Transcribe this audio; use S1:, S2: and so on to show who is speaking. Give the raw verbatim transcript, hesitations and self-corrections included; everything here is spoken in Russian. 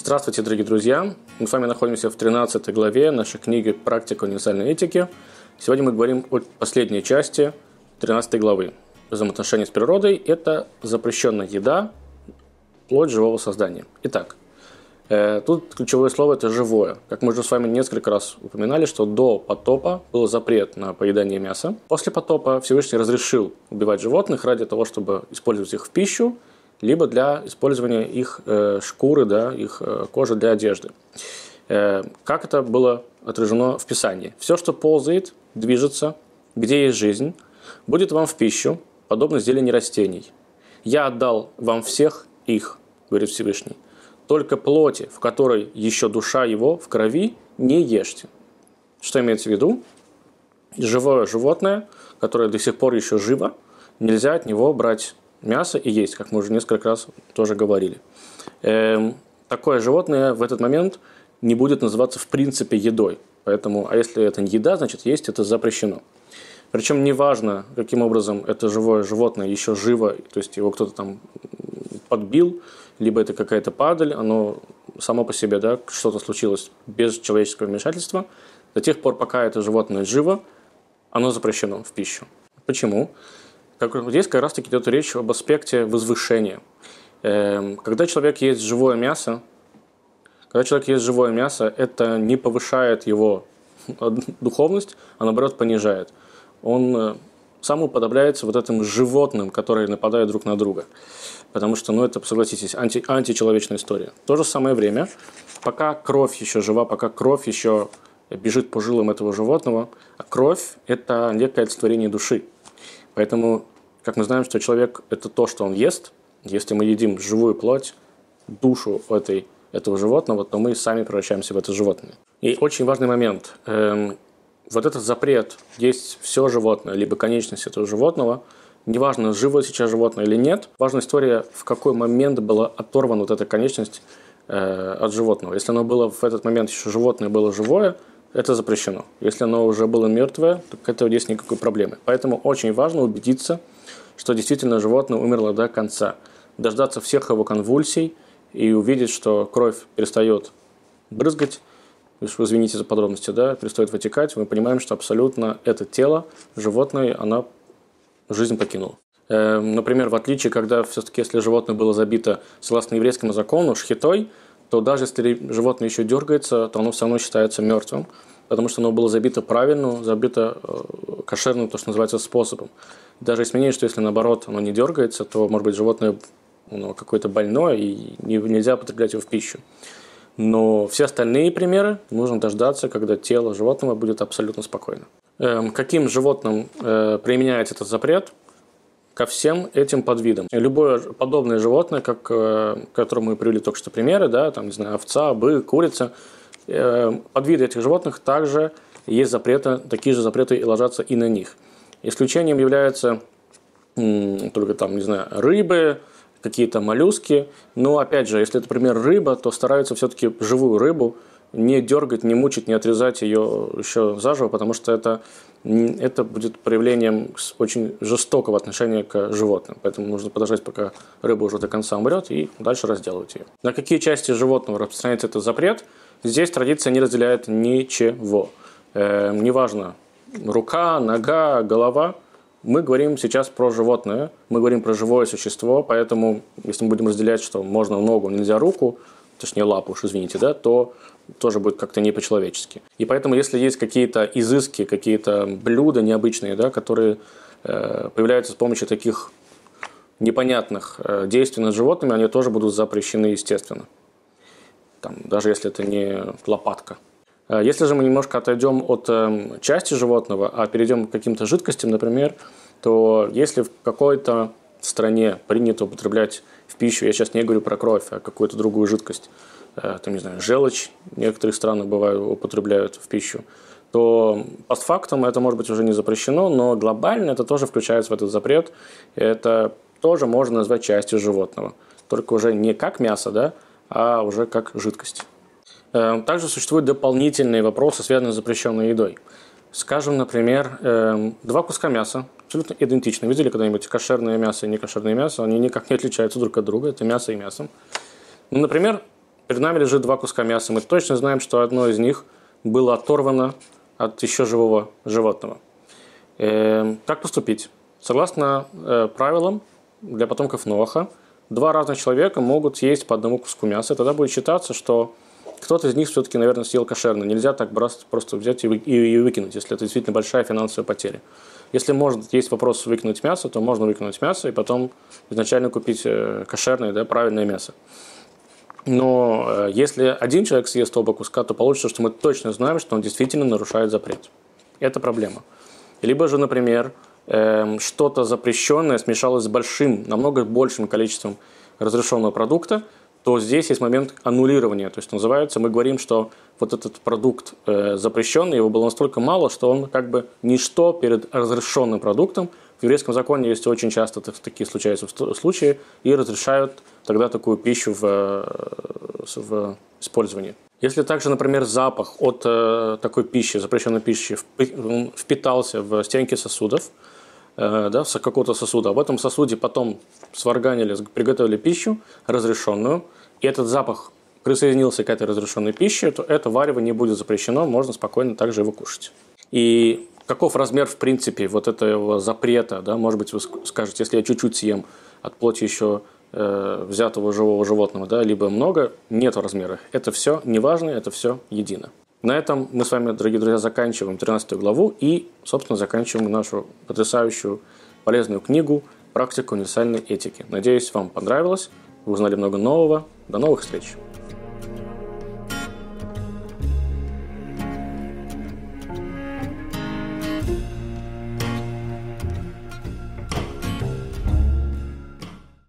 S1: Здравствуйте, дорогие друзья! Мы с вами находимся в тринадцатой главе нашей книги «Практика универсальной этики». Сегодня мы говорим о последней части тринадцатой главы. Взаимоотношения с природой – это запрещенная еда, плоть живого создания. Итак, э, тут ключевое слово – это «живое». Как мы уже с вами несколько раз упоминали, что до потопа был запрет на поедание мяса. После потопа Всевышний разрешил убивать животных ради того, чтобы использовать их в пищу, либо для использования их э, шкуры, да, их э, кожи для одежды. Э, как это было отражено в Писании? Все, что ползает, движется, где есть жизнь, будет вам в пищу, подобно зелени растений. Я отдал вам всех их, говорит Всевышний. Только плоти, в которой еще душа его в крови, не ешьте. Что имеется в виду? Живое животное, которое до сих пор еще живо, нельзя от него брать мясо и есть, как мы уже несколько раз тоже говорили. Эм, такое животное в этот момент не будет называться в принципе едой. Поэтому, а если это не еда, значит есть это запрещено. Причем неважно, каким образом это живое животное еще живо, то есть его кто-то там подбил, либо это какая-то падаль, оно само по себе, да, что-то случилось без человеческого вмешательства, до тех пор, пока это животное живо, оно запрещено в пищу. Почему? Как, здесь как раз таки идет речь об аспекте возвышения. Эм, когда человек ест живое мясо, когда человек ест живое мясо, это не повышает его духовность, а наоборот понижает. Он э, сам уподобляется вот этим животным, которые нападают друг на друга. Потому что, ну это, согласитесь, анти, античеловечная история. В то же самое время, пока кровь еще жива, пока кровь еще бежит по жилам этого животного, а кровь – это некое олицетворение души. Поэтому, как мы знаем, что человек – это то, что он ест. Если мы едим живую плоть, душу этой, этого животного, то мы сами превращаемся в это животное. И очень важный момент. Эм, вот этот запрет есть все животное, либо конечность этого животного. Неважно, живо сейчас животное или нет. Важная история, в какой момент была оторвана вот эта конечность э, от животного. Если оно было в этот момент еще животное было живое, это запрещено. Если оно уже было мертвое, то к этому здесь никакой проблемы. Поэтому очень важно убедиться, что действительно животное умерло до конца. Дождаться всех его конвульсий и увидеть, что кровь перестает брызгать, вы извините за подробности, да, перестает вытекать, мы понимаем, что абсолютно это тело, животное, оно жизнь покинуло. Э, например, в отличие, когда все-таки, если животное было забито согласно еврейскому закону, шхитой, то даже если животное еще дергается, то оно все равно считается мертвым, потому что оно было забито правильно, забито э, кошерным, то, что называется, способом. Даже если меняется, что если наоборот оно не дергается, то, может быть, животное оно какое-то больное, и не, нельзя употреблять его в пищу. Но все остальные примеры нужно дождаться, когда тело животного будет абсолютно спокойно. Э, каким животным э, применяется этот запрет? Ко всем этим подвидам. Любое подобное животное, как, к которому мы привели только что примеры, да, там, не знаю, овца, бык, курица, э, подвиды этих животных также есть запреты, такие же запреты и ложатся и на них. Исключением являются м, только там, не знаю, рыбы, какие-то моллюски. Но опять же, если это, например, рыба, то стараются все-таки живую рыбу не дергать, не мучить, не отрезать ее еще заживо, потому что это, это будет проявлением очень жестокого отношения к животным. Поэтому нужно подождать, пока рыба уже до конца умрет, и дальше разделывать ее. На какие части животного распространяется этот запрет? Здесь традиция не разделяет ничего. Э, неважно, рука, нога, голова. Мы говорим сейчас про животное, мы говорим про живое существо, поэтому если мы будем разделять, что можно ногу, нельзя руку, точнее лапу уж, извините, да, то тоже будет как-то не по-человечески. И поэтому, если есть какие-то изыски, какие-то блюда необычные, да, которые э, появляются с помощью таких непонятных э, действий над животными, они тоже будут запрещены, естественно. Там, даже если это не лопатка. Э, если же мы немножко отойдем от э, части животного, а перейдем к каким-то жидкостям, например, то если в какой-то стране принято употреблять в пищу, я сейчас не говорю про кровь, а какую-то другую жидкость, там, не знаю, желчь в некоторых странах бывает употребляют в пищу, то постфактум это может быть уже не запрещено, но глобально это тоже включается в этот запрет. Это тоже можно назвать частью животного, только уже не как мясо, да, а уже как жидкость. Также существуют дополнительные вопросы, связанные с запрещенной едой. Скажем, например, два куска мяса, абсолютно идентичны. Видели когда-нибудь кошерное мясо и некошерное мясо? Они никак не отличаются друг от друга, это мясо и мясо. Ну, например, перед нами лежит два куска мяса. Мы точно знаем, что одно из них было оторвано от еще живого животного. Э, как поступить? Согласно э, правилам для потомков Ноаха, два разных человека могут есть по одному куску мяса. Тогда будет считаться, что кто-то из них все-таки, наверное, съел кошерно. Нельзя так просто взять и выкинуть, если это действительно большая финансовая потеря. Если можно, есть вопрос выкинуть мясо, то можно выкинуть мясо и потом изначально купить кошерное, да, правильное мясо. Но если один человек съест оба куска, то получится, что мы точно знаем, что он действительно нарушает запрет. Это проблема. Либо же, например, что-то запрещенное смешалось с большим, намного большим количеством разрешенного продукта, то здесь есть момент аннулирования. То есть называется, мы говорим, что вот этот продукт э, запрещенный, его было настолько мало, что он как бы ничто перед разрешенным продуктом. В еврейском законе есть очень часто такие случаются случаи, и разрешают тогда такую пищу в, в использовании. Если также, например, запах от э, такой пищи, запрещенной пищи, впитался в стенки сосудов, э, да, в какого-то сосуда, а в этом сосуде потом сварганили, приготовили пищу разрешенную, и этот запах присоединился к этой разрешенной пище, то это варево не будет запрещено, можно спокойно также его кушать. И каков размер, в принципе, вот этого запрета, да, может быть, вы скажете, если я чуть-чуть съем от плоти еще э, взятого живого животного, да, либо много, нет размера. Это все не важно, это все едино. На этом мы с вами, дорогие друзья, заканчиваем тринадцатую главу и, собственно, заканчиваем нашу потрясающую полезную книгу «Практика универсальной этики». Надеюсь, вам понравилось, вы узнали много нового. До новых встреч!